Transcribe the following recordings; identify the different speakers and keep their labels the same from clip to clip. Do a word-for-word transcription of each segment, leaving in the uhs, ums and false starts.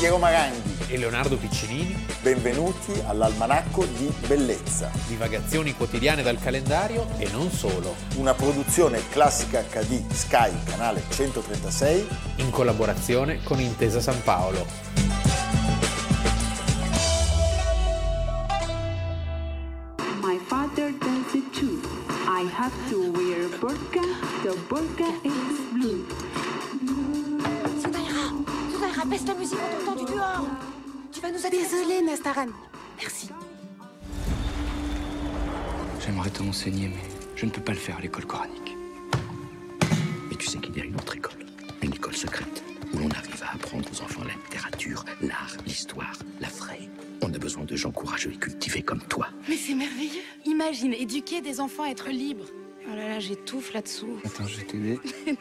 Speaker 1: Piero Maranghi
Speaker 2: e Leonardo Piccinini.
Speaker 1: Benvenuti all'Almanacco di Bellezza.
Speaker 2: Divagazioni quotidiane dal calendario e non solo.
Speaker 1: Una produzione Classica acca di Sky, canale centotrentasei.
Speaker 2: In collaborazione con Intesa San Paolo.
Speaker 3: My father does it too. I have to wear burqa. The burqa is blue.
Speaker 4: Sodaïra, baisse la musique, on t'entend du dehors. Tu vas nous attirer.
Speaker 5: Désolée, Nastaran.
Speaker 4: Merci.
Speaker 6: J'aimerais te renseigner, mais je ne peux pas le faire à l'école coranique.
Speaker 7: Mais tu sais qu'il y a une autre école, une école secrète, où l'on arrive à apprendre aux enfants la littérature, l'art, l'histoire, la vraie. On a besoin de gens courageux et cultivés comme toi.
Speaker 5: Mais c'est merveilleux. Imagine, éduquer des enfants à être libres. Oh là là, j'étouffe là-dessous.
Speaker 6: Attends, je vais t'aider.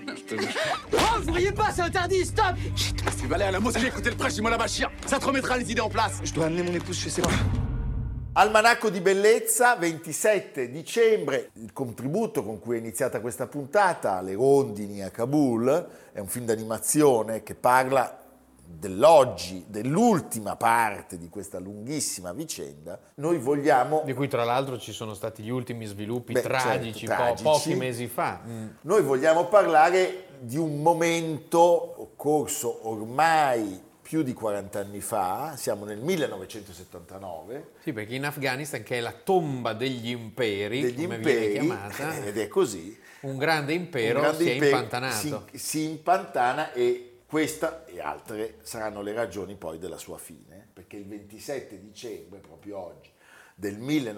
Speaker 8: Oh, vous riez pas, c'est interdit, stop!
Speaker 7: Chut, tu vas aller à la mosquée écouter le prêche du Mollah Bachir. Ça te remettra les idées en place.
Speaker 6: Je dois amener mon épouse chez ses parents.
Speaker 1: Almanacco di Bellezza, ventisette dicembre, il contributo con cui è iniziata questa puntata, Le rondini a Kabul, è un film d'animazione che parla dell'oggi, dell'ultima parte di questa lunghissima vicenda. Noi vogliamo...
Speaker 2: Di cui tra l'altro ci sono stati gli ultimi sviluppi
Speaker 1: Beh,
Speaker 2: tragici,
Speaker 1: certo,
Speaker 2: po-
Speaker 1: tragici.
Speaker 2: pochi mesi fa. Mm.
Speaker 1: Noi vogliamo parlare di un momento occorso ormai più di quaranta anni fa, siamo nel millenovecentosettantanove.
Speaker 2: Sì, perché in Afghanistan, che è la tomba degli imperi,
Speaker 1: degli
Speaker 2: come
Speaker 1: imperi,
Speaker 2: viene chiamata,
Speaker 1: ed è così,
Speaker 2: un grande impero
Speaker 1: un grande
Speaker 2: si è
Speaker 1: impero
Speaker 2: impantanato.
Speaker 1: Si, si impantana e questa e altre saranno le ragioni poi della sua fine, perché il ventisette dicembre, proprio oggi, del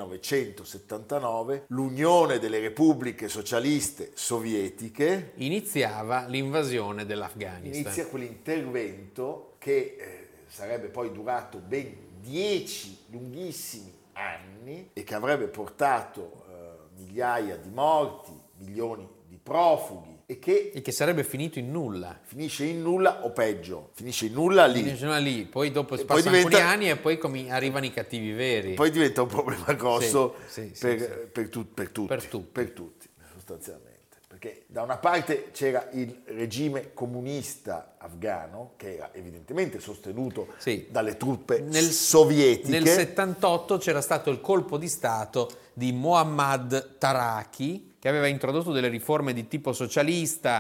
Speaker 1: millenovecentosettantanove, l'Unione delle Repubbliche Socialiste Sovietiche
Speaker 2: Iniziava l'invasione dell'Afghanistan.
Speaker 1: inizia quell'intervento che eh, sarebbe poi durato ben dieci lunghissimi anni e che avrebbe portato eh, migliaia di morti, milioni di profughi e che
Speaker 2: E che sarebbe finito in nulla.
Speaker 1: finisce in nulla o peggio, finisce in nulla lì.
Speaker 2: Finisce lì, poi dopo
Speaker 1: E
Speaker 2: passano
Speaker 1: poi diventa-
Speaker 2: alcuni anni e poi comi- arrivano i cattivi veri.
Speaker 1: Poi diventa un problema grosso
Speaker 2: Sì, sì,
Speaker 1: per,
Speaker 2: sì, sì.
Speaker 1: per tu- per tutti,
Speaker 2: Per tutti.
Speaker 1: per tutti, sostanzialmente. Perché da una parte c'era il regime comunista afghano, che era evidentemente sostenuto
Speaker 2: Sì.
Speaker 1: dalle truppe
Speaker 2: Nel-
Speaker 1: sovietiche.
Speaker 2: Nel settantotto c'era stato il colpo di stato di Mohammad Taraki, che aveva introdotto delle riforme di tipo socialista,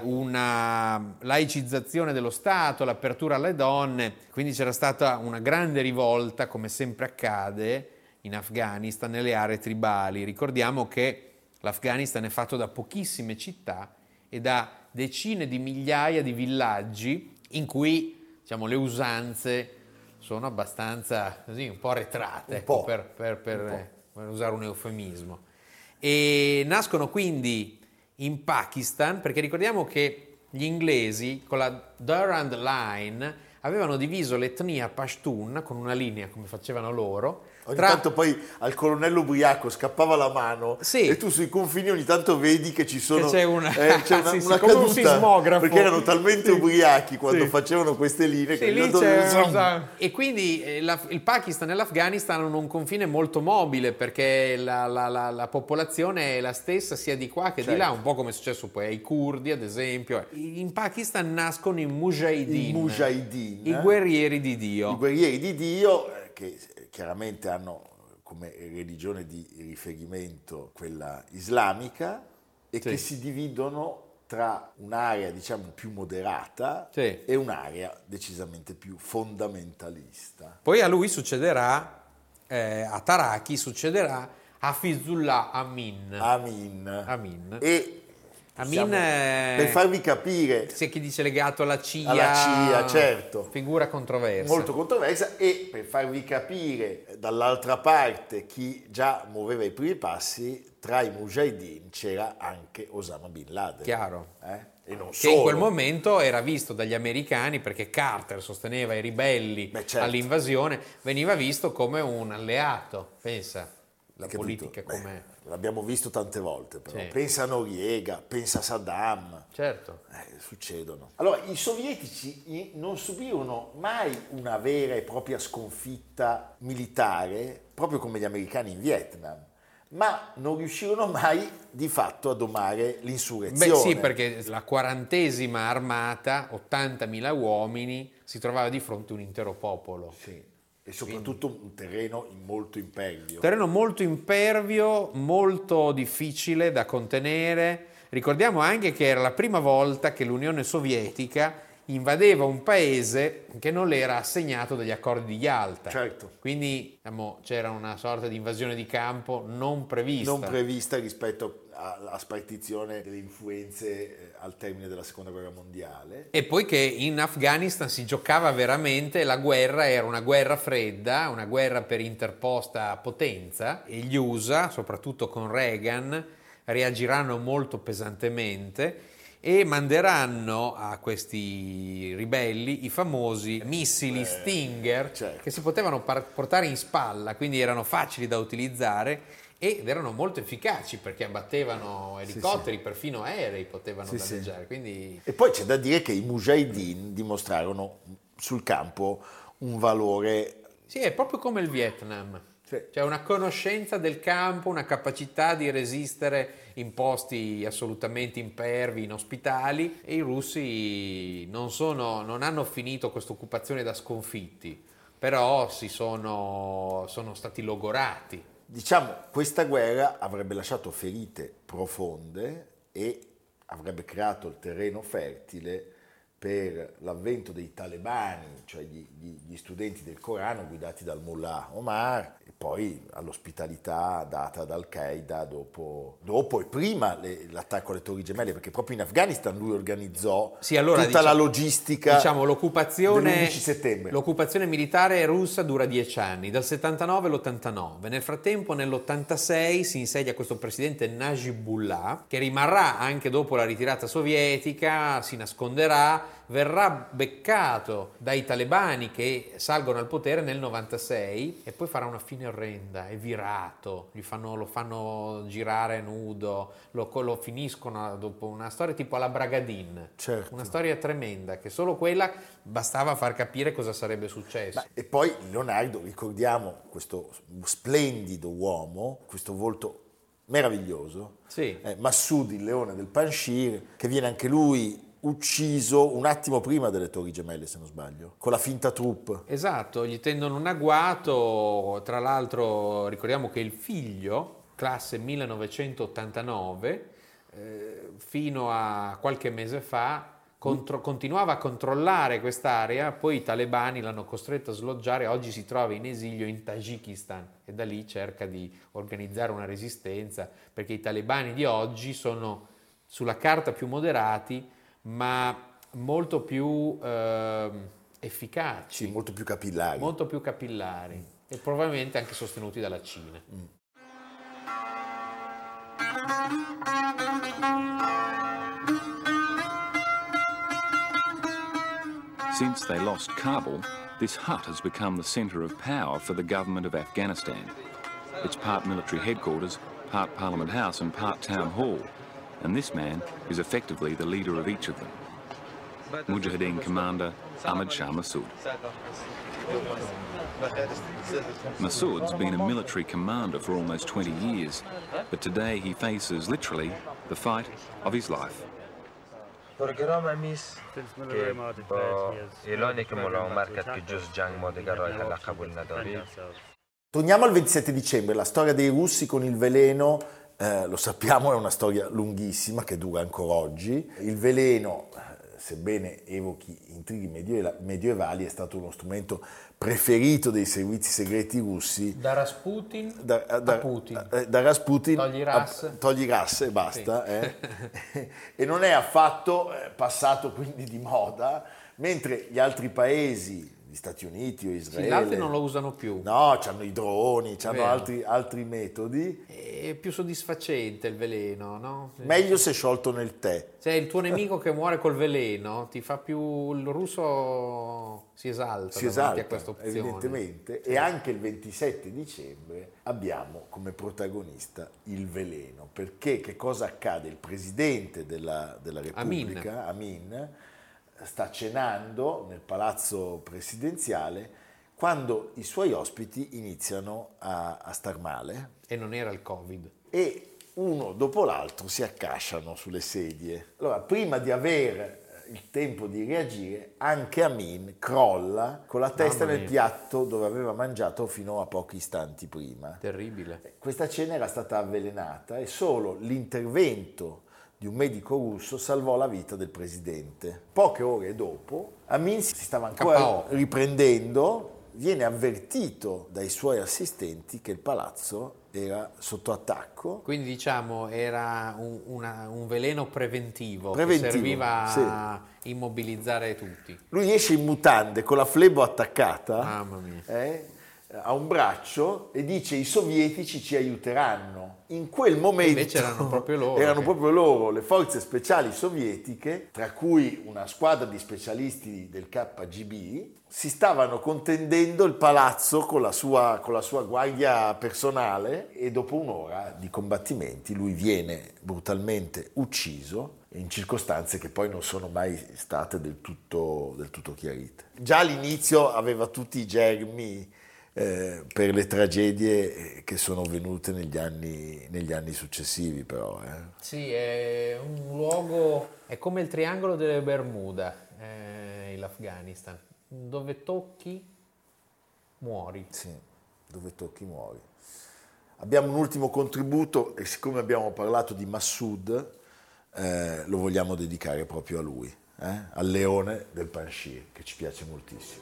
Speaker 2: una laicizzazione dello Stato, l'apertura alle donne, quindi c'era stata una grande rivolta, come sempre accade in Afghanistan, nelle aree tribali. Ricordiamo che l'Afghanistan è fatto da pochissime città e da decine di migliaia di villaggi in cui, diciamo, le usanze sono abbastanza così, un po' arretrate,
Speaker 1: Un
Speaker 2: ecco,
Speaker 1: po'.
Speaker 2: per, per- per-
Speaker 1: Un po'.
Speaker 2: per usare un eufemismo. E nascono quindi in Pakistan, perché ricordiamo che gli inglesi con la Durand Line avevano diviso l'etnia Pashtun con una linea, come facevano loro.
Speaker 1: Ogni
Speaker 2: tra-
Speaker 1: tanto poi al colonnello ubriaco scappava la mano
Speaker 2: Sì.
Speaker 1: e tu sui confini ogni tanto vedi che ci sono
Speaker 2: Che c'è una-
Speaker 1: eh, c'è una,
Speaker 2: sì, sì,
Speaker 1: una
Speaker 2: come un
Speaker 1: caduta,
Speaker 2: sismografo.
Speaker 1: perché erano talmente
Speaker 2: Sì.
Speaker 1: ubriachi quando
Speaker 2: Sì.
Speaker 1: facevano queste linee che
Speaker 2: Sì, lì
Speaker 1: ogni tanto-
Speaker 2: c'è- E quindi eh, la- il Pakistan e l'Afghanistan hanno un confine molto mobile, perché la, la- la- la popolazione è la stessa sia di qua che di
Speaker 1: Certo.
Speaker 2: là, un po' come è successo poi ai curdi, ad esempio. In Pakistan nascono i mujahideen,
Speaker 1: I mujahideen,
Speaker 2: i guerrieri di Dio.
Speaker 1: i guerrieri di Dio, eh, che chiaramente hanno come religione di riferimento quella islamica e
Speaker 2: Sì.
Speaker 1: che si dividono tra un'area diciamo più moderata
Speaker 2: Sì.
Speaker 1: e un'area decisamente più fondamentalista.
Speaker 2: Poi a lui succederà, eh, a Taraki succederà Hafizullah Amin.
Speaker 1: Amin.
Speaker 2: Amin.
Speaker 1: E
Speaker 2: Amin
Speaker 1: siamo-
Speaker 2: è-
Speaker 1: per farvi capire
Speaker 2: C'è chi dice legato alla C I A.
Speaker 1: alla C I A, certo.
Speaker 2: Figura controversa.
Speaker 1: molto controversa, e per farvi capire dall'altra parte chi già muoveva i primi passi, tra i mujahideen c'era anche Osama Bin Laden.
Speaker 2: Chiaro.
Speaker 1: Eh? E non
Speaker 2: Che
Speaker 1: solo.
Speaker 2: in quel momento era visto dagli americani, perché Carter sosteneva i ribelli
Speaker 1: Beh, certo.
Speaker 2: all'invasione, veniva visto come un alleato. Pensa, la
Speaker 1: Capito?
Speaker 2: politica
Speaker 1: Beh,
Speaker 2: com'è.
Speaker 1: l'abbiamo visto tante volte, però.
Speaker 2: Sì.
Speaker 1: Pensa a Noriega, pensa a Saddam.
Speaker 2: Certo.
Speaker 1: Eh, succedono. Allora, i sovietici i- non subirono mai una vera e propria sconfitta militare, proprio come gli americani in Vietnam, ma non riuscirono mai di fatto a domare l'insurrezione.
Speaker 2: Beh sì, perché la quarantesima armata, ottantamila uomini, si trovava di fronte a un intero popolo.
Speaker 1: Sì, e soprattutto Quindi, un terreno molto impervio.
Speaker 2: Un terreno molto impervio, molto difficile da contenere. Ricordiamo anche che era la prima volta che l'Unione Sovietica invadeva un paese che non le era assegnato dagli accordi di Yalta.
Speaker 1: Certo.
Speaker 2: Quindi diciamo, c'era una sorta di invasione di campo non prevista.
Speaker 1: Non prevista rispetto alla spartizione delle influenze al termine della Seconda Guerra Mondiale.
Speaker 2: E poi che in Afghanistan si giocava veramente, la guerra era una guerra fredda, una guerra per interposta potenza, e gli U S A, soprattutto con Reagan, reagiranno molto pesantemente e manderanno a questi ribelli i famosi missili Stinger,
Speaker 1: certo.
Speaker 2: che si potevano par- portare in spalla, quindi erano facili da utilizzare ed erano molto efficaci perché abbattevano elicotteri, sì, sì. perfino aerei potevano
Speaker 1: sì,
Speaker 2: danneggiare.
Speaker 1: Sì.
Speaker 2: Quindi...
Speaker 1: E poi c'è da dire che i Mujahideen dimostrarono sul campo un valore...
Speaker 2: Sì, è proprio come il Vietnam.
Speaker 1: Sì.
Speaker 2: C'è una conoscenza del campo, una capacità di resistere in posti assolutamente impervi, inospitali, e i russi non, sono, non hanno finito questa occupazione da sconfitti, però si sono, sono stati logorati.
Speaker 1: Diciamo, questa guerra avrebbe lasciato ferite profonde e avrebbe creato il terreno fertile per l'avvento dei talebani, cioè gli, gli, gli studenti del Corano guidati dal Mullah Omar, e poi all'ospitalità data da Al-Qaeda dopo, dopo e prima le, l'attacco alle Torri Gemelle, perché proprio in Afghanistan lui organizzò
Speaker 2: sì, allora,
Speaker 1: tutta
Speaker 2: diciamo,
Speaker 1: la logistica
Speaker 2: diciamo, l'occupazione,
Speaker 1: dell'undici settembre.
Speaker 2: L'occupazione militare russa dura dieci anni, dal settantanove all'ottantanove. Nel frattempo, nell'ottantasei, si insedia questo presidente Najibullah, che rimarrà anche dopo la ritirata sovietica, si nasconderà, verrà beccato dai talebani che salgono al potere nel novantasei e poi farà una fine orrenda, è virato, gli fanno, lo fanno girare nudo, lo, lo finiscono dopo una storia tipo alla Bragadin,
Speaker 1: certo.
Speaker 2: Una storia tremenda che solo quella bastava far capire cosa sarebbe successo.
Speaker 1: Beh, e poi Leonardo, ricordiamo questo splendido uomo, questo volto meraviglioso,
Speaker 2: sì.
Speaker 1: eh, Massoud, il leone del Panjshir, che viene anche lui ucciso un attimo prima delle Torri Gemelle, se non sbaglio, con la finta troupe.
Speaker 2: Esatto, gli tendono un agguato, tra l'altro ricordiamo che il figlio, classe millenovecentottantanove, eh, fino a qualche mese fa contro- continuava a controllare quest'area, poi i talebani l'hanno costretto a sloggiare, oggi si trova in esilio in Tagikistan e da lì cerca di organizzare una resistenza, perché i talebani di oggi sono sulla carta più moderati, ma molto più eh, efficaci,
Speaker 1: sì, molto più capillari,
Speaker 2: molto più capillari mm. e probabilmente anche sostenuti dalla Cina. Mm.
Speaker 9: Since they lost Kabul, this hut has become the centre of power for the government of Afghanistan. It's part military headquarters, part Parliament House and part Town Hall. And this man is effectively the leader of each of them. Mujahideen commander Ahmad Shah Massoud. Massoud's been a military commander for almost twenty years, but today he faces literally the fight of his life.
Speaker 1: Torniamo al ventisette dicembre, la storia dei russi con il veleno. Eh, lo sappiamo, è una storia lunghissima che dura ancora oggi. Il veleno, sebbene evochi intrighi medievali, è stato uno strumento preferito dei servizi segreti russi.
Speaker 2: Da Rasputin
Speaker 1: da, da,
Speaker 2: a Putin.
Speaker 1: Da, da Rasputin
Speaker 2: togli ras.
Speaker 1: A, togli ras e basta.
Speaker 2: Sì.
Speaker 1: Eh. E non è affatto passato quindi di moda, mentre gli altri paesi, gli Stati Uniti o Israele...
Speaker 2: Sì, gli altri non lo usano più.
Speaker 1: No, hanno i droni, hanno altri, altri metodi.
Speaker 2: È più soddisfacente il veleno, no?
Speaker 1: Meglio se sciolto nel tè.
Speaker 2: Cioè il tuo nemico che muore col veleno ti fa più... il russo si esalta
Speaker 1: si esalta,
Speaker 2: a questa opzione.
Speaker 1: Evidentemente. Sì. E anche il ventisette dicembre abbiamo come protagonista il veleno. Perché che cosa accade? Il presidente della, della Repubblica, Amin, Amin sta cenando nel palazzo presidenziale quando i suoi ospiti iniziano a, a star male.
Speaker 2: E non era il Covid.
Speaker 1: E uno dopo l'altro si accasciano sulle sedie. Allora, prima di avere il tempo di reagire, anche Amin crolla con la testa nel piatto dove aveva mangiato fino a pochi istanti prima.
Speaker 2: Terribile.
Speaker 1: Questa cena era stata avvelenata e solo l'intervento di un medico russo salvò la vita del presidente. Poche ore dopo, Amin si stava ancora
Speaker 2: K O
Speaker 1: riprendendo, viene avvertito dai suoi assistenti che il palazzo era sotto attacco.
Speaker 2: Quindi diciamo era un, una, un veleno preventivo,
Speaker 1: preventivo
Speaker 2: che serviva
Speaker 1: sì.
Speaker 2: a immobilizzare tutti.
Speaker 1: Lui esce in mutande con la flebo attaccata
Speaker 2: Mamma mia.
Speaker 1: eh, a un braccio e dice: i sovietici ci aiuteranno. In quel momento
Speaker 2: invece erano proprio loro
Speaker 1: erano
Speaker 2: che...
Speaker 1: proprio loro, le forze speciali sovietiche, tra cui una squadra di specialisti del K G B, si stavano contendendo il palazzo con la sua, con la sua guardia personale, e dopo un'ora di combattimenti lui viene brutalmente ucciso in circostanze che poi non sono mai state del tutto, del tutto chiarite. Già all'inizio aveva tutti i germi Eh, per le tragedie che sono venute negli anni, negli anni successivi, però. Eh.
Speaker 2: Sì, è un luogo, è come il triangolo delle Bermuda, eh, l'Afghanistan, dove tocchi muori.
Speaker 1: Sì, dove tocchi muori. Abbiamo un ultimo contributo e siccome abbiamo parlato di Massoud, eh, lo vogliamo dedicare proprio a lui, eh? Al leone del Panjshir, che ci piace moltissimo.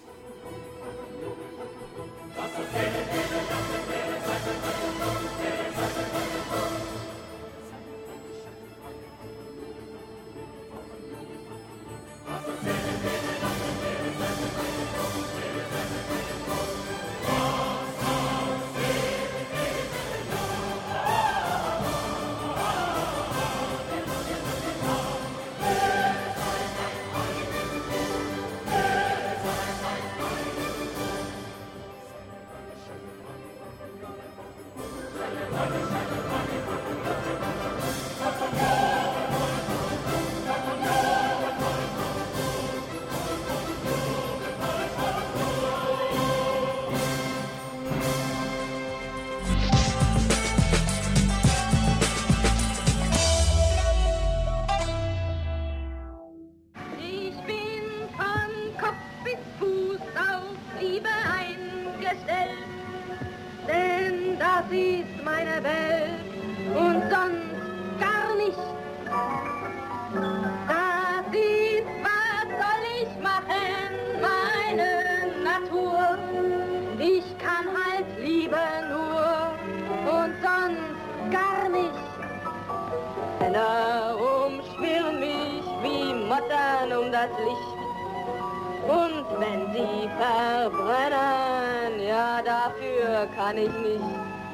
Speaker 10: Und wenn sie verbrennen, ja, dafür kann ich nicht.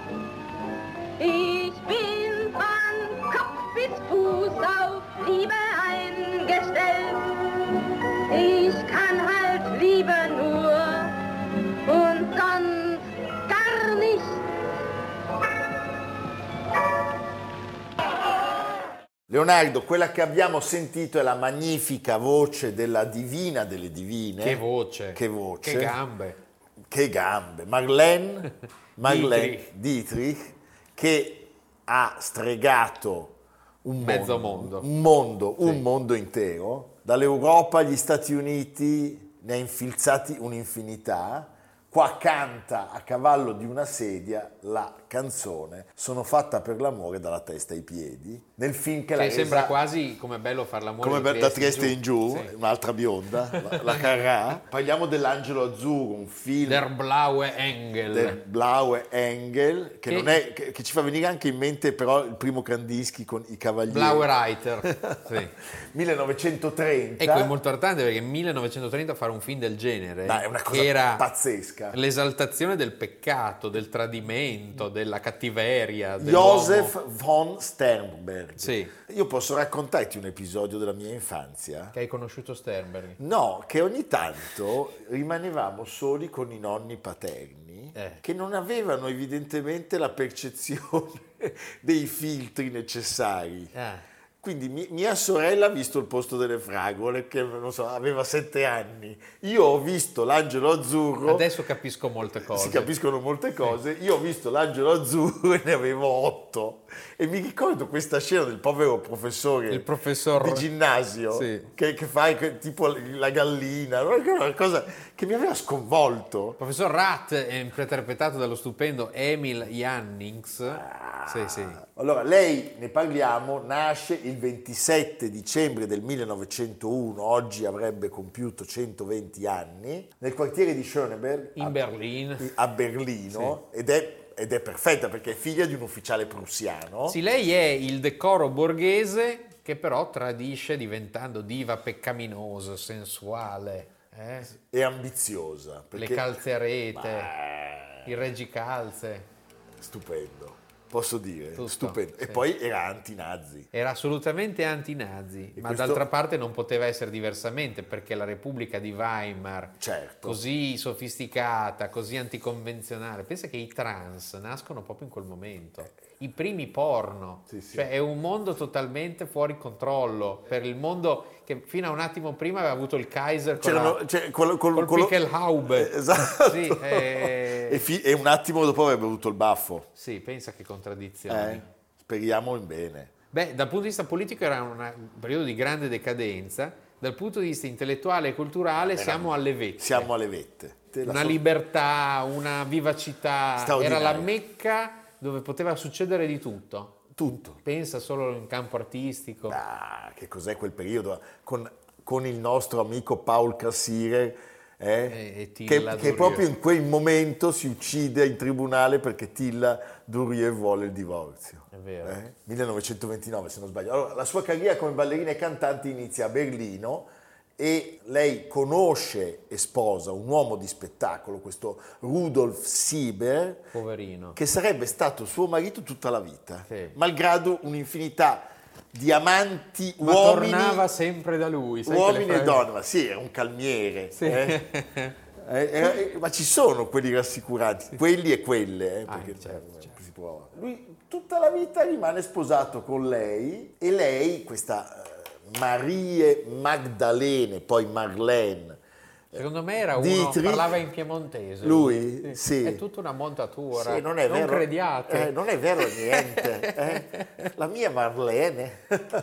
Speaker 10: Ich bin von Kopf bis Fuß auf Liebe eingestellt. Ich kann halt Liebe nur und sonst gar nicht.
Speaker 1: Leonardo, quella che abbiamo sentito è la magnifica voce della divina delle divine.
Speaker 2: Che voce,
Speaker 1: che, voce.
Speaker 2: che gambe.
Speaker 1: Che gambe. Marlene, Marlene Dietrich, che ha stregato un
Speaker 2: mezzo
Speaker 1: mondo,
Speaker 2: mondo,
Speaker 1: un mondo,
Speaker 2: sì.
Speaker 1: un mondo intero, dall'Europa agli Stati Uniti ne ha infilzati un'infinità. Qua canta a cavallo di una sedia la canzone Sono fatta per l'amore dalla testa ai piedi, nel film che, che la resa...
Speaker 2: sembra quasi come bello far l'amore
Speaker 1: come
Speaker 2: da
Speaker 1: da Trieste in giù,
Speaker 2: in giù sì.
Speaker 1: Un'altra bionda, la, la Carrà. Parliamo dell'Angelo Azzurro, un film
Speaker 2: Der blaue Engel,
Speaker 1: Der blaue Engel, che, che... non è che, che ci fa venire anche in mente però il primo Kandinsky con i Cavalieri.
Speaker 2: Blaue Reiter, sì.
Speaker 1: millenovecentotrenta.
Speaker 2: Ecco, è molto importante perché millenovecentotrenta fare un film del genere
Speaker 1: Dai, è una cosa
Speaker 2: era
Speaker 1: pazzesca.
Speaker 2: L'esaltazione del peccato, del tradimento, della cattiveria.
Speaker 1: Joseph von Sternberg.
Speaker 2: Sì.
Speaker 1: Io posso raccontarti un episodio della mia infanzia?
Speaker 2: Che hai conosciuto Sternberg?
Speaker 1: No, che ogni tanto rimanevamo soli con i nonni paterni
Speaker 2: eh.
Speaker 1: che non avevano evidentemente la percezione dei filtri necessari.
Speaker 2: Eh.
Speaker 1: Quindi mi- mia sorella ha visto Il posto delle fragole, che non so, aveva sette anni. Io ho visto L'angelo azzurro.
Speaker 2: Adesso capisco molte cose.
Speaker 1: Si capiscono molte cose. Io ho visto L'angelo azzurro e ne avevo otto. E mi ricordo questa scena del povero professore,
Speaker 2: Il professor
Speaker 1: di ginnasio,
Speaker 2: sì.
Speaker 1: che, che fa che- tipo la gallina, no? Che è una cosa che mi aveva sconvolto.
Speaker 2: Il professor Rath è interpretato dallo stupendo Emil Jannings. Sì, sì.
Speaker 1: Allora, lei, ne parliamo, nasce il ventisette dicembre del millenovecentouno, oggi avrebbe compiuto centoventi anni, nel quartiere di Schöneberg,
Speaker 2: In
Speaker 1: a,
Speaker 2: Berlino.
Speaker 1: a Berlino, ed, è, ed è perfetta perché è figlia di un ufficiale prussiano.
Speaker 2: Sì, lei è il decoro borghese che però tradisce diventando diva peccaminosa, sensuale. Eh?
Speaker 1: E ambiziosa.
Speaker 2: Le
Speaker 1: Perché,
Speaker 2: calzerete,
Speaker 1: Ma-
Speaker 2: i reggicalze.
Speaker 1: Stupendo, posso dire,
Speaker 2: Tutto,
Speaker 1: stupendo. E
Speaker 2: sì.
Speaker 1: poi era antinazi.
Speaker 2: Era assolutamente antinazi,
Speaker 1: E
Speaker 2: ma
Speaker 1: questo-
Speaker 2: d'altra parte non poteva essere diversamente perché la Repubblica di Weimar,
Speaker 1: Certo.
Speaker 2: così sofisticata, così anticonvenzionale, pensa che i trans nascono proprio in quel momento, i primi porno,
Speaker 1: Sì, sì.
Speaker 2: cioè è un mondo totalmente fuori controllo, per il mondo che fino a un attimo prima aveva avuto il Kaiser con
Speaker 1: C'erano,
Speaker 2: la,
Speaker 1: cioè, quello- col-
Speaker 2: col
Speaker 1: quello-
Speaker 2: Pickelhaube.
Speaker 1: Eh, esatto.
Speaker 2: Sì, eh,
Speaker 1: e, fi- e un attimo dopo avrebbe avuto il baffo.
Speaker 2: sì, pensa che contraddizioni.
Speaker 1: Eh, speriamo in bene.
Speaker 2: Beh, dal punto di vista politico era una- un periodo di grande decadenza, dal punto di vista intellettuale e culturale siamo alle vette.
Speaker 1: Siamo alle vette. Te la
Speaker 2: Una
Speaker 1: so-
Speaker 2: libertà, una vivacità, era
Speaker 1: Straordinaria.
Speaker 2: la Mecca dove poteva succedere di tutto.
Speaker 1: Tutto.
Speaker 2: Pensa solo in campo artistico.
Speaker 1: Ah, che cos'è quel periodo? Con, con il nostro amico Paul Cassirer, eh,
Speaker 2: E- e
Speaker 1: che,
Speaker 2: Tilla
Speaker 1: che
Speaker 2: Durieux.
Speaker 1: proprio in quel momento si uccide in tribunale perché Tilla Durieux vuole il divorzio.
Speaker 2: È vero.
Speaker 1: Eh? millenovecentoventinove, se non sbaglio. Allora, la sua carriera come ballerina e cantante inizia a Berlino e lei conosce e sposa un uomo di spettacolo, questo Rudolf Sieber,
Speaker 2: Poverino.
Speaker 1: che sarebbe stato suo marito tutta la vita,
Speaker 2: Sì.
Speaker 1: malgrado un'infinità di amanti
Speaker 2: Ma
Speaker 1: uomini,
Speaker 2: tornava sempre da lui. sai
Speaker 1: uomini
Speaker 2: quelle
Speaker 1: e
Speaker 2: frasi-
Speaker 1: donne, ma sì, era un calmiere,
Speaker 2: Sì.
Speaker 1: eh? Eh, eh, ma ci sono quelli rassicuranti, quelli e quelle, eh,
Speaker 2: Ah,
Speaker 1: perché
Speaker 2: certo,
Speaker 1: eh,
Speaker 2: certo.
Speaker 1: si può. Lui tutta la vita rimane sposato con lei e lei, questa eh, Marie Magdalene, poi Marlene,
Speaker 2: Secondo me era uno,
Speaker 1: Dietrich-
Speaker 2: parlava in piemontese.
Speaker 1: Lui? Sì.
Speaker 2: È tutta una montatura.
Speaker 1: Sì, non è vero.
Speaker 2: crediate.
Speaker 1: Eh, non è vero niente. eh. La mia Marlene.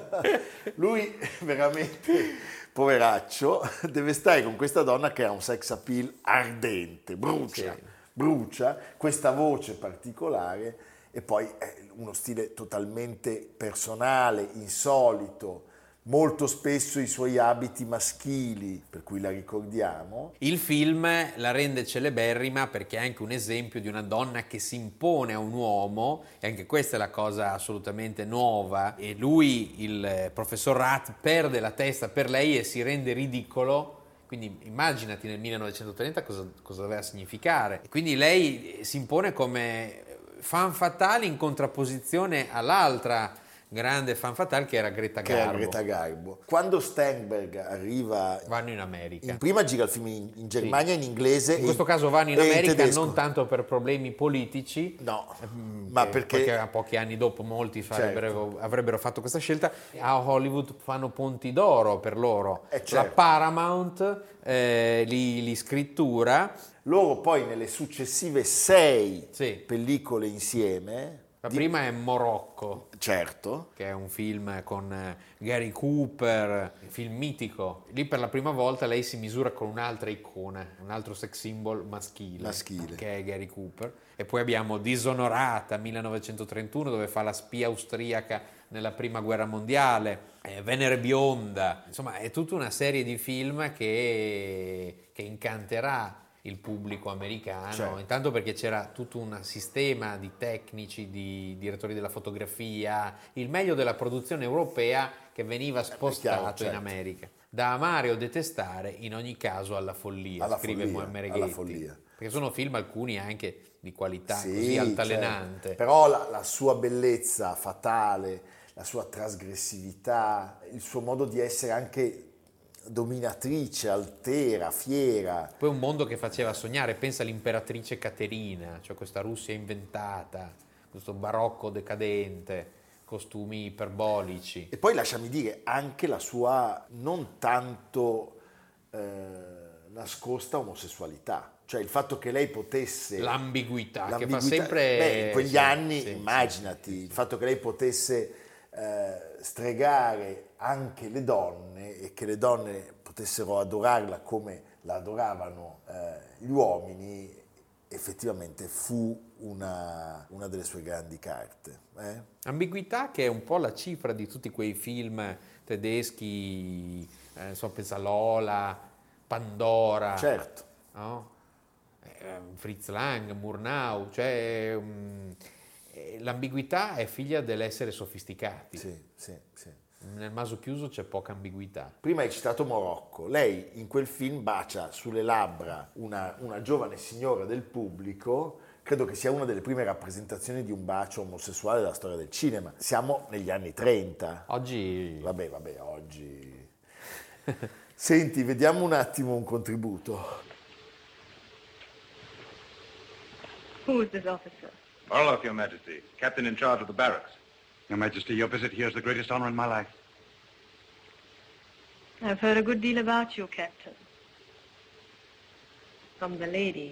Speaker 1: Lui veramente, poveraccio, deve stare con questa donna che ha un sex appeal ardente, brucia,
Speaker 2: Sì.
Speaker 1: brucia, questa voce particolare e poi eh, uno stile totalmente personale, insolito, molto spesso i suoi abiti maschili, per cui la ricordiamo.
Speaker 2: Il film la rende celeberrima perché è anche un esempio di una donna che si impone a un uomo, e anche questa è la cosa assolutamente nuova, e lui, il professor Rath, perde la testa per lei e si rende ridicolo. Quindi immaginati nel millenovecentotrenta cosa, cosa doveva significare. E quindi lei si impone come fan fatale in contrapposizione all'altra grande fan fatale che era Greta
Speaker 1: Che era
Speaker 2: Garbo.
Speaker 1: Greta Garbo. Quando Sternberg arriva,
Speaker 2: Vanno in America.
Speaker 1: in prima gira il film in, in Germania, in inglese.
Speaker 2: In
Speaker 1: e-
Speaker 2: questo caso vanno in
Speaker 1: e
Speaker 2: America
Speaker 1: tedesco.
Speaker 2: non tanto per problemi politici,
Speaker 1: No,
Speaker 2: mm,
Speaker 1: ma
Speaker 2: che-
Speaker 1: perché...
Speaker 2: a pochi anni dopo molti farebbero-
Speaker 1: Certo.
Speaker 2: avrebbero fatto questa scelta. A Hollywood fanno ponti d'oro per loro.
Speaker 1: Eh, certo.
Speaker 2: La Paramount eh, li, li scrittura.
Speaker 1: Loro poi nelle successive sei
Speaker 2: Sì.
Speaker 1: pellicole insieme...
Speaker 2: La
Speaker 1: di-
Speaker 2: prima è Morocco,
Speaker 1: Certo.
Speaker 2: che è un film con eh, Gary Cooper, film mitico. Lì per la prima volta lei si misura con un'altra icona, un altro sex symbol maschile,
Speaker 1: Maschile.
Speaker 2: che è Gary Cooper. E poi abbiamo Disonorata, millenovecentotrentuno, dove fa la spia austriaca nella prima guerra mondiale, eh, Venere bionda. Insomma, è tutta una serie di film che, che incanterà il pubblico americano,
Speaker 1: Certo.
Speaker 2: intanto perché c'era tutto un sistema di tecnici, di direttori della fotografia, il meglio della produzione europea che veniva spostato
Speaker 1: chiaro, certo.
Speaker 2: in America. Da amare o detestare, in ogni caso alla follia,
Speaker 1: Alla
Speaker 2: scrive
Speaker 1: follia,
Speaker 2: Muammer
Speaker 1: alla
Speaker 2: Ghetti.
Speaker 1: follia.
Speaker 2: Perché sono film alcuni anche di qualità
Speaker 1: Sì,
Speaker 2: così altalenante.
Speaker 1: certo. Però la, la sua bellezza fatale, la sua trasgressività, il suo modo di essere anche dominatrice, altera, fiera.
Speaker 2: Poi un mondo che faceva sognare, pensa all'imperatrice Caterina, cioè questa Russia inventata, questo barocco decadente, costumi iperbolici.
Speaker 1: E poi lasciami dire anche la sua non tanto eh, nascosta omosessualità. Cioè il fatto che lei potesse...
Speaker 2: L'ambiguità,
Speaker 1: l'ambiguità
Speaker 2: che fa sempre...
Speaker 1: Beh, in quegli
Speaker 2: sì,
Speaker 1: anni,
Speaker 2: sì,
Speaker 1: immaginati,
Speaker 2: sì, sì.
Speaker 1: il fatto che lei potesse eh, stregare anche le donne e che le donne potessero adorarla come la adoravano eh, gli uomini, effettivamente fu una, una delle sue grandi carte. Eh?
Speaker 2: Ambiguità che è un po' la cifra di tutti quei film tedeschi, eh, insomma, pensa Lola, Pandora.
Speaker 1: Certo.
Speaker 2: No? Fritz Lang, Murnau, cioè um, l'ambiguità è figlia dell'essere sofisticati.
Speaker 1: Sì, sì, sì.
Speaker 2: Nel Maso chiuso c'è poca ambiguità.
Speaker 1: Prima hai citato Morocco. Lei in quel film bacia sulle labbra una, una giovane signora del pubblico. Credo che sia una delle prime rappresentazioni di un bacio omosessuale della storia del cinema. Siamo negli anni trenta.
Speaker 2: Oggi...
Speaker 1: Vabbè, vabbè, oggi... Senti, vediamo un attimo un contributo.
Speaker 11: Who is this officer?
Speaker 12: Orloff, Your Majesty, captain in charge of the barracks.
Speaker 13: Your Majesty, your visit here is the greatest honor in my life.
Speaker 11: I've heard a good deal about you, Captain. From the lady.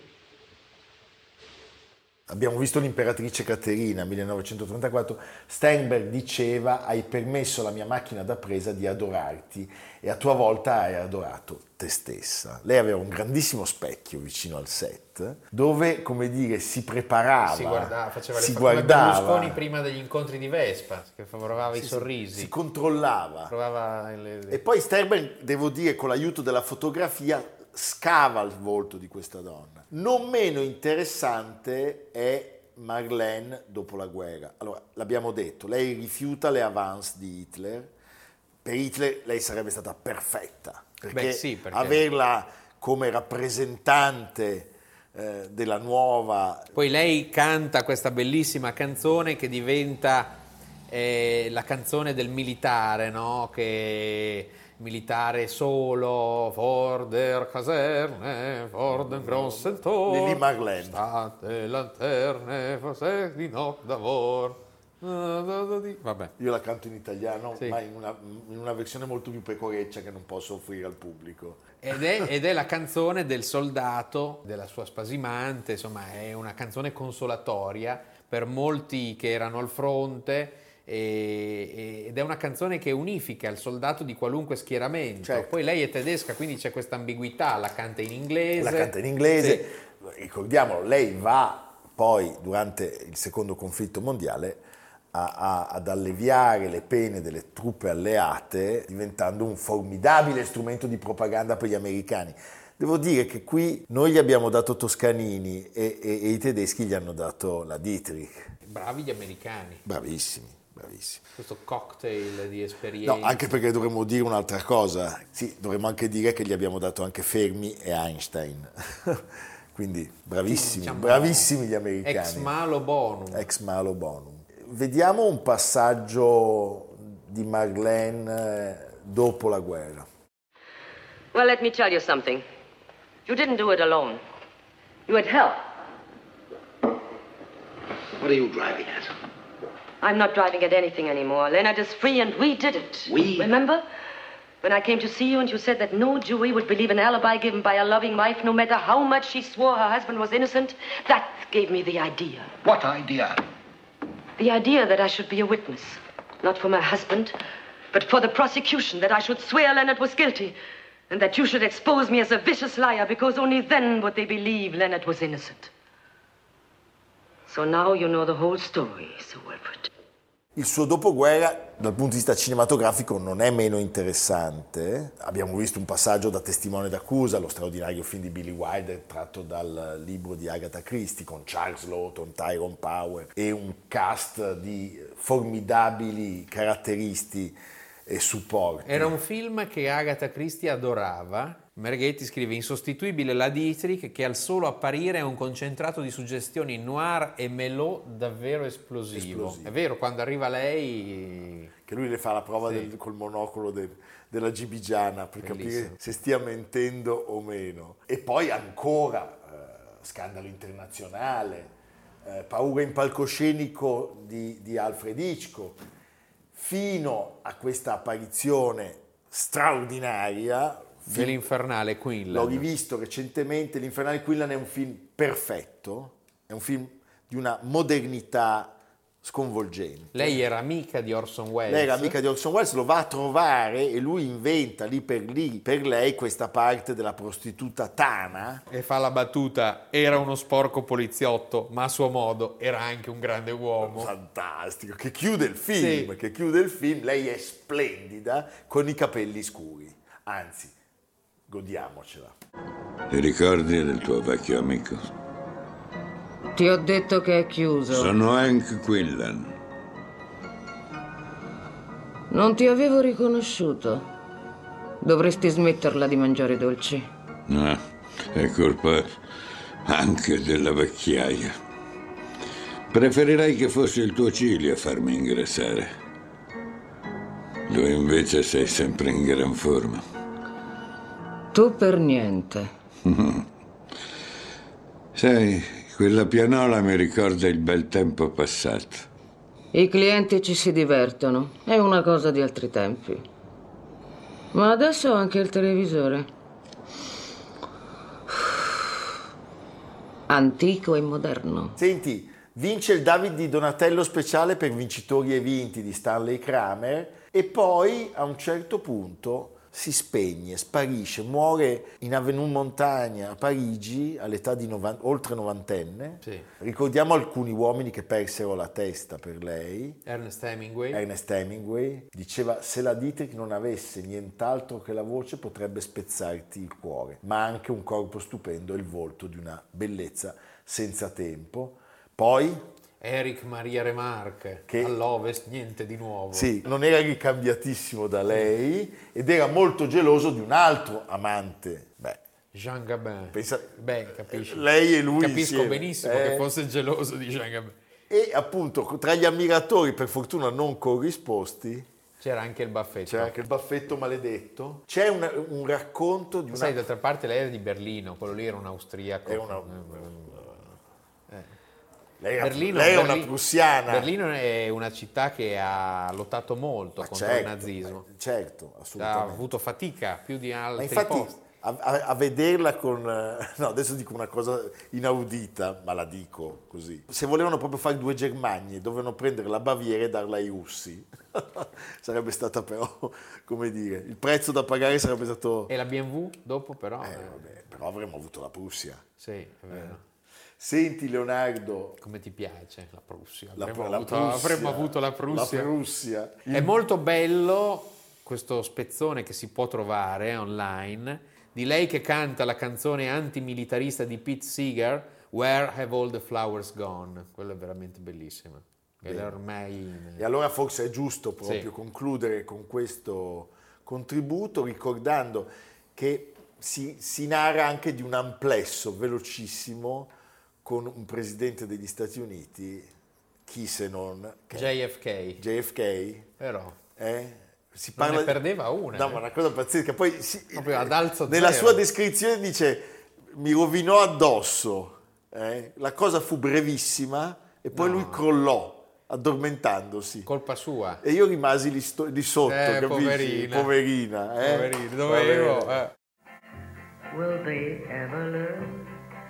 Speaker 1: Abbiamo visto l'Imperatrice Caterina, millenovecentotrentaquattro. Steinberg diceva: hai permesso alla mia macchina da presa di adorarti e a tua volta hai adorato te stessa. Lei aveva un grandissimo specchio vicino al set dove, come dire, si preparava,
Speaker 2: si guardava, faceva
Speaker 1: si
Speaker 2: le
Speaker 1: guardava,
Speaker 2: come Berlusconi prima degli incontri di Vespa, che provava
Speaker 1: sì,
Speaker 2: i sorrisi.
Speaker 1: Si controllava.
Speaker 2: Provava le, le...
Speaker 1: E poi Steinberg, devo dire, con l'aiuto della fotografia, scava il volto di questa donna. Non meno interessante è Marlene dopo la guerra. Allora, l'abbiamo detto, lei rifiuta le avance di Hitler. Per Hitler lei sarebbe stata perfetta, perché,
Speaker 2: Beh, sì, perché...
Speaker 1: averla come rappresentante eh, della nuova...
Speaker 2: Poi lei canta questa bellissima canzone che diventa eh, la canzone del militare, no? Che... militare solo, for der Kaserne, for den grossen Tor,
Speaker 1: Lili Marlene.
Speaker 2: State lanterne, forse di notte d'amor. Vabbè.
Speaker 1: Io la canto in italiano,
Speaker 2: sì.
Speaker 1: ma in una, in una versione molto più pecoreccia che non posso offrire al pubblico.
Speaker 2: Ed è, ed è la canzone del soldato, della sua spasimante, insomma è una canzone consolatoria per molti che erano al fronte. E, ed è una canzone che unifica il soldato di qualunque schieramento.
Speaker 1: Certo.
Speaker 2: Poi lei è tedesca, quindi c'è questa ambiguità, la canta in inglese.
Speaker 1: La canta in inglese,
Speaker 2: sì.
Speaker 1: Ricordiamolo, lei va poi durante il secondo conflitto mondiale a, a, ad alleviare le pene delle truppe alleate, diventando un formidabile strumento di propaganda per gli americani. Devo dire che qui noi gli abbiamo dato Toscanini e, e, e i tedeschi gli hanno dato la Dietrich.
Speaker 2: Bravi gli americani.
Speaker 1: Bravissimi. Bravissimo.
Speaker 2: Questo cocktail di esperienze.
Speaker 1: No, anche perché dovremmo dire un'altra cosa. Sì, dovremmo anche dire che gli abbiamo dato anche Fermi e Einstein. Quindi bravissimi,
Speaker 2: diciamo,
Speaker 1: bravissimi gli americani.
Speaker 2: Ex malo bonum.
Speaker 1: Ex malo bonum. Vediamo un passaggio di Marlene dopo la guerra.
Speaker 14: Well, let me tell you something. You didn't do it alone. You had help.
Speaker 7: What are you driving at?
Speaker 14: I'm not driving at anything anymore. Leonard is free and we did it.
Speaker 7: We?
Speaker 14: Remember? When I came to see you and you said that no Jewy would believe an alibi given by a loving wife no matter how much she swore her husband was innocent, that gave me the idea.
Speaker 7: What idea?
Speaker 14: The idea that I should be a witness. Not for my husband, but for the prosecution, that I should swear Leonard was guilty. And that you should expose me as a vicious liar, because only then would they believe Leonard was innocent. So now you know the whole story, Sir Wilfrid.
Speaker 1: Il suo dopoguerra, dal punto di vista cinematografico, non è meno interessante. Abbiamo visto un passaggio da testimone d'accusa, lo straordinario film di Billy Wilder tratto dal libro di Agatha Christie, con Charles Lawton, Tyrone Power e un cast di formidabili caratteristi e supporti.
Speaker 2: Era un film che Agatha Christie adorava. Merghetti scrive: insostituibile la Dietrich, che al solo apparire è un concentrato di suggestioni noir e melò davvero esplosivo. esplosivo. È vero, quando arriva lei...
Speaker 1: Che lui le fa la prova
Speaker 2: sì.
Speaker 1: del, col monocolo del, della gibigiana per
Speaker 2: Bellissimo.
Speaker 1: Capire se stia mentendo o meno. E poi ancora eh, scandalo internazionale, eh, paura in palcoscenico di, di Alfred Hitchcock. fino a questa apparizione straordinaria
Speaker 2: dell'Infernale Quinlan.
Speaker 1: L'ho rivisto recentemente, l'Infernale Quinlan è un film perfetto, è un film di una modernità sconvolgente.
Speaker 2: Lei era amica di Orson Welles.
Speaker 1: Lei era amica di Orson Welles, lo va a trovare e lui inventa lì per lì per lei questa parte della prostituta Tana.
Speaker 2: E fa la battuta, era uno sporco poliziotto, ma a suo modo era anche un grande uomo.
Speaker 1: Fantastico, che chiude il film, sì. che chiude il film, lei è splendida con i capelli scuri, anzi, godiamocela.
Speaker 15: Ti ricordi del tuo vecchio amico?
Speaker 16: Ti ho detto che è chiuso.
Speaker 15: Sono Hank Quinlan.
Speaker 16: Non ti avevo riconosciuto. Dovresti smetterla di mangiare dolci.
Speaker 15: No, è colpa anche della vecchiaia. Preferirei che fosse il tuo Cili a farmi ingrassare. Tu invece sei sempre in gran forma.
Speaker 16: Tu per niente.
Speaker 15: Sai, quella pianola mi ricorda il bel tempo passato.
Speaker 16: I clienti ci si divertono, è una cosa di altri tempi. Ma adesso ho anche il televisore. Antico e moderno.
Speaker 1: Senti, vince il David di Donatello speciale per vincitori e vinti di Stanley Kramer e poi a un certo punto si spegne, sparisce, muore in Avenue Montagna a Parigi all'età di novan- oltre novantenne.
Speaker 2: Sì.
Speaker 1: Ricordiamo alcuni uomini che persero la testa per lei.
Speaker 2: Ernest Hemingway.
Speaker 1: Ernest Hemingway diceva: se la Dietrich non avesse nient'altro che la voce potrebbe spezzarti il cuore, ma anche un corpo stupendo e il volto di una bellezza senza tempo. Poi
Speaker 2: Erich Maria Remarque, che all'Ovest niente di nuovo.
Speaker 1: Sì, non era ricambiatissimo da lei ed era molto geloso di un altro amante. Beh,
Speaker 2: Jean Gabin.
Speaker 1: Pensa,
Speaker 2: Beh, capisci.
Speaker 1: Lei e lui
Speaker 2: Capisco
Speaker 1: insieme.
Speaker 2: benissimo
Speaker 1: eh.
Speaker 2: che fosse geloso di Jean Gabin.
Speaker 1: E appunto tra gli ammiratori, per fortuna non corrisposti,
Speaker 2: c'era anche il baffetto.
Speaker 1: C'era anche il baffetto maledetto. C'è un, un racconto di una...
Speaker 2: Sai, d'altra parte lei era di Berlino, quello lì era un austriaco.
Speaker 1: È una...
Speaker 2: Eh.
Speaker 1: Lei,
Speaker 2: Berlino,
Speaker 1: lei è
Speaker 2: Berlino,
Speaker 1: una prussiana.
Speaker 2: Berlino è una città che ha lottato molto
Speaker 1: Ma
Speaker 2: contro
Speaker 1: certo,
Speaker 2: il nazismo.
Speaker 1: Certo, assolutamente.
Speaker 2: Ha avuto fatica più di altri
Speaker 1: Ma infatti,
Speaker 2: posti.
Speaker 1: A, a, a vederla con... No, adesso dico una cosa inaudita, ma la dico così. Se volevano proprio fare due Germanie, dovevano prendere la Baviera e darla ai russi. Sarebbe stata però, come dire, il prezzo da pagare sarebbe stato...
Speaker 2: E la B M W dopo però?
Speaker 1: Eh, vabbè, però avremmo avuto la Prussia.
Speaker 2: Sì, è vero.
Speaker 1: Eh. Senti Leonardo...
Speaker 2: Come ti piace la Prussia?
Speaker 1: La,
Speaker 2: avremmo,
Speaker 1: la
Speaker 2: avuto,
Speaker 1: Prussia,
Speaker 2: avremmo avuto la Prussia.
Speaker 1: La Prussia.
Speaker 2: È molto bello questo spezzone che si può trovare online di lei che canta la canzone antimilitarista di Pete Seeger, Where Have All the Flowers Gone? Quello è veramente bellissimo. Ed è ormai...
Speaker 1: E allora forse è giusto proprio
Speaker 2: sì.
Speaker 1: concludere con questo contributo ricordando che si, si narra anche di un amplesso velocissimo con un presidente degli Stati Uniti, chi se non...
Speaker 2: J F K.
Speaker 1: J F K.
Speaker 2: Però...
Speaker 1: Eh? Si
Speaker 2: parla...
Speaker 1: parla
Speaker 2: ne perdeva una.
Speaker 1: No,
Speaker 2: eh.
Speaker 1: ma una cosa pazzesca. Poi si...
Speaker 2: proprio ad alzo
Speaker 1: nella
Speaker 2: zero.
Speaker 1: sua descrizione dice: mi rovinò addosso. Eh? La cosa fu brevissima e poi no. lui crollò, addormentandosi.
Speaker 2: Colpa sua.
Speaker 1: E io rimasi lì, sto, lì sotto,
Speaker 2: eh,
Speaker 1: capisci?
Speaker 2: Poverina.
Speaker 1: Poverina. Eh?
Speaker 2: Poverina, dovevo... Eh.
Speaker 17: Will they ever learn?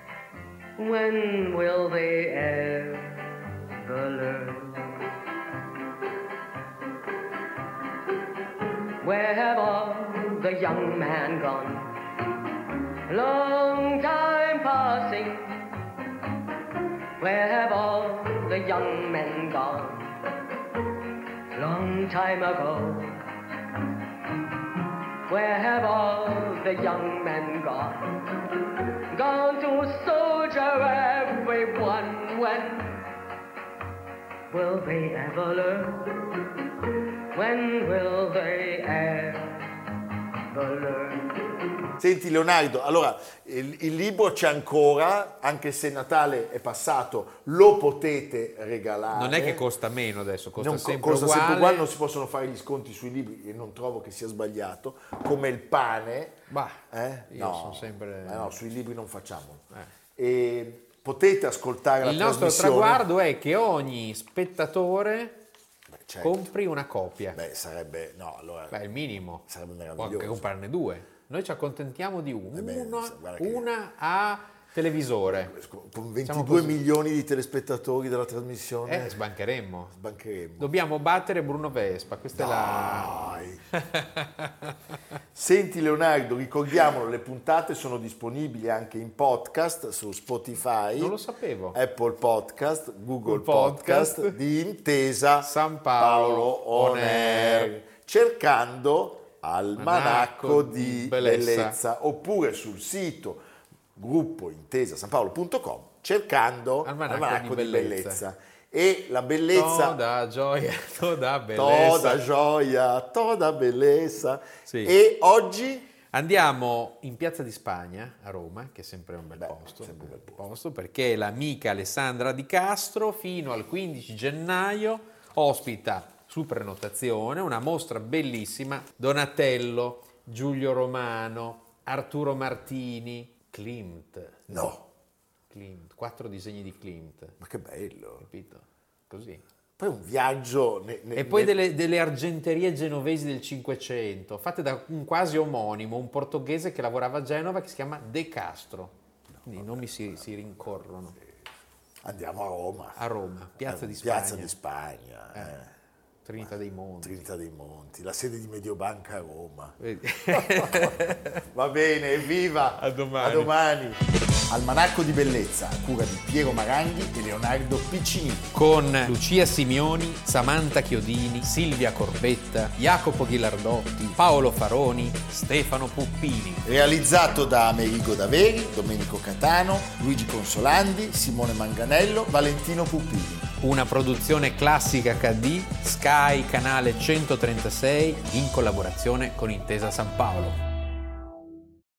Speaker 17: When will they ever learn? Where have all the young men gone? Long time passing. Where have all the young men gone? Long time ago. Where have all the young men gone? Gone to soldier everyone. When will they ever learn? When will they ever learn?
Speaker 1: Senti Leonardo, allora il, il libro c'è ancora, anche se Natale è passato, lo potete regalare.
Speaker 2: Non è che costa meno adesso, costa
Speaker 1: non
Speaker 2: sempre
Speaker 1: costa
Speaker 2: uguale.
Speaker 1: sempre uguale, non si possono fare gli sconti sui libri e non trovo che sia sbagliato, come il pane.
Speaker 2: Bah,
Speaker 1: eh?
Speaker 2: io
Speaker 1: no,
Speaker 2: sono sempre...
Speaker 1: eh no, sui libri non facciamo.
Speaker 2: Eh.
Speaker 1: E potete ascoltare
Speaker 2: il
Speaker 1: la
Speaker 2: nostro
Speaker 1: trasmissione.
Speaker 2: traguardo è che ogni spettatore
Speaker 1: certo.
Speaker 2: compri una copia.
Speaker 1: Beh, sarebbe, no, allora...
Speaker 2: Beh, il minimo.
Speaker 1: Sarebbe
Speaker 2: Può
Speaker 1: meraviglioso.
Speaker 2: anche comprarne due. Noi ci accontentiamo di uno.
Speaker 1: Eh beh,
Speaker 2: una,
Speaker 1: guarda che-
Speaker 2: una a televisore.
Speaker 1: Con
Speaker 2: Diciamo
Speaker 1: ventidue
Speaker 2: così.
Speaker 1: milioni di telespettatori della trasmissione,
Speaker 2: Eh, sbancheremmo.
Speaker 1: sbancheremo.
Speaker 2: Dobbiamo battere Bruno Vespa, questa
Speaker 1: Dai.
Speaker 2: è la...
Speaker 1: Senti Leonardo, ricordiamolo, le puntate sono disponibili anche in podcast su Spotify,
Speaker 2: Non lo sapevo.
Speaker 1: Apple Podcast, Google
Speaker 2: Podcast,
Speaker 1: Podcast, di Intesa
Speaker 2: San Paolo
Speaker 1: On
Speaker 2: On
Speaker 1: Air,
Speaker 2: Air.
Speaker 1: cercando Almanacco
Speaker 2: Almanacco
Speaker 1: di
Speaker 2: di
Speaker 1: Bellezza.
Speaker 2: Bellezza.
Speaker 1: Oppure sul sito gruppo intesa san paolo punto com cercando
Speaker 2: Almanacco
Speaker 1: Almanacco,
Speaker 2: di
Speaker 1: di
Speaker 2: Bellezza.
Speaker 1: Bellezza. E la bellezza...
Speaker 2: Toda gioia, toda bellezza.
Speaker 1: Toda gioia, toda bellezza.
Speaker 2: Sì.
Speaker 1: E oggi
Speaker 2: Andiamo in Piazza di Spagna a Roma, che è sempre un bel posto,
Speaker 1: sempre un bel
Speaker 2: posto, perché l'amica Alessandra Di Castro fino al quindici gennaio ospita su prenotazione una mostra bellissima: Donatello, Giulio Romano, Arturo Martini, Klimt.
Speaker 1: No.
Speaker 2: Klimt, quattro disegni di Klimt.
Speaker 1: Ma che bello.
Speaker 2: Capito? Così.
Speaker 1: Poi un viaggio... ne- ne-
Speaker 2: E poi
Speaker 1: ne-
Speaker 2: delle, delle argenterie genovesi del Cinquecento, fatte da un quasi omonimo, un portoghese che lavorava a Genova, che si chiama De Castro. Quindi i nomi si, si rincorrono.
Speaker 1: Andiamo a Roma.
Speaker 2: A Roma, Piazza
Speaker 1: Eh,
Speaker 2: di Spagna.
Speaker 1: Piazza di Spagna.
Speaker 2: Eh,
Speaker 1: eh.
Speaker 2: Trinità dei Monti.
Speaker 1: Trinità dei Monti, la sede di Mediobanca a Roma.
Speaker 2: Vedi?
Speaker 1: Va bene, evviva!
Speaker 2: A domani.
Speaker 1: A domani. Almanacco di Bellezza, a cura di Piero Maranghi e Leonardo Piccinini.
Speaker 2: Con Lucia Simioni, Samantha Chiodini, Silvia Corbetta, Jacopo Ghilardotti, Paolo Faroni, Stefano Puppini.
Speaker 1: Realizzato da Amerigo Daveri, Domenico Catano, Luigi Consolandi, Simone Manganello, Valentino Puppini.
Speaker 2: Una produzione classica acca di, Sky canale centotrentasei, in collaborazione con Intesa San Paolo.